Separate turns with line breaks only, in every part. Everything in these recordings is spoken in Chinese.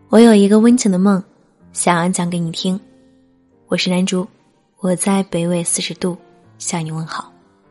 我有一个温情的梦，想要讲给你听。我是南竹，我在北纬40度向你问好。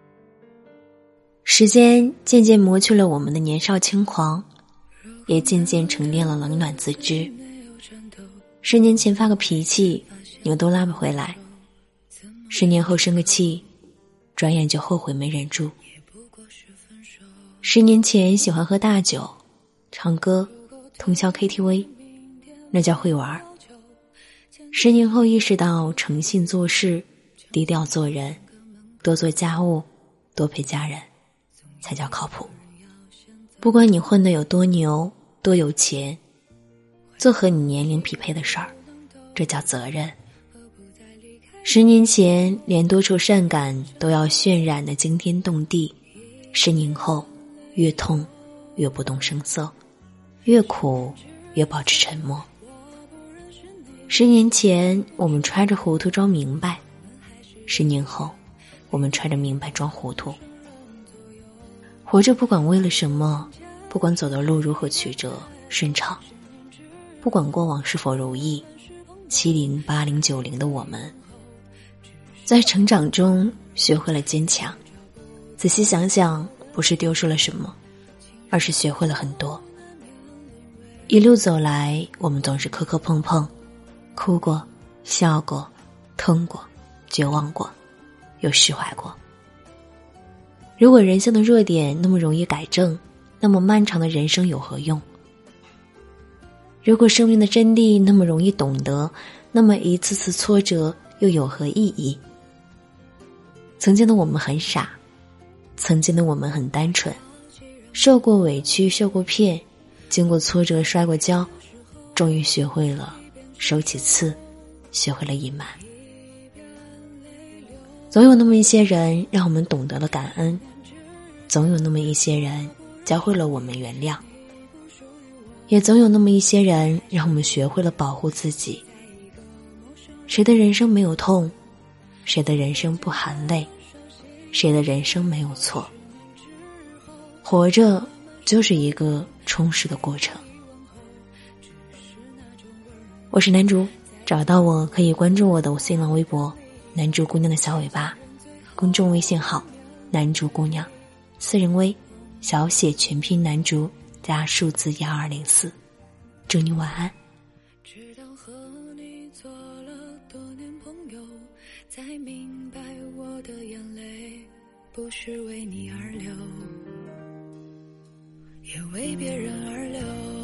时间渐渐磨去了我们的年少轻狂，也渐渐沉淀了冷暖自知。10年前发个脾气，你们都拉不回来；10年后生个气，转眼就后悔没忍住。10年前喜欢喝大酒，唱歌，通宵 KTV， 那叫会玩。10年后意识到诚信做事，低调做人，多做家务，多陪家人，才叫靠谱。不管你混得有多牛，多有钱，做和你年龄匹配的事儿，这叫责任。10年前连多愁善感都要渲染得惊天动地，10年后越痛越不动声色，越苦越保持沉默。10年前我们揣着糊涂装明白，10年后我们揣着明白装糊涂。活着不管为了什么，不管走的路如何曲折顺畅，不管过往是否如意，70、80、90的我们在成长中学会了坚强。仔细想想，不是丢失了什么，而是学会了很多。一路走来，我们总是磕磕碰碰，哭过，笑过，痛过，绝望过，又释怀过。如果人性的弱点那么容易改正，那么漫长的人生有何用？如果生命的真谛那么容易懂得，那么一次次挫折又有何意义？曾经的我们很傻，曾经的我们很单纯，受过委屈，受过骗，经过挫折，摔过跤，终于学会了收起刺，学会了隐瞒。总有那么一些人让我们懂得了感恩，总有那么一些人教会了我们原谅，也总有那么一些人让我们学会了保护自己。谁的人生没有痛？谁的人生不含泪？谁的人生没有错？活着就是一个充实的过程。我是南竹，找到我可以关注我的新浪微博南竹姑娘的小尾巴，公众微信号南竹姑娘，私人微小写全拼南竹加数字1204。祝你晚安。
直到和你做了多年朋友，才明白我的眼泪不是为你而流，也为别人而流。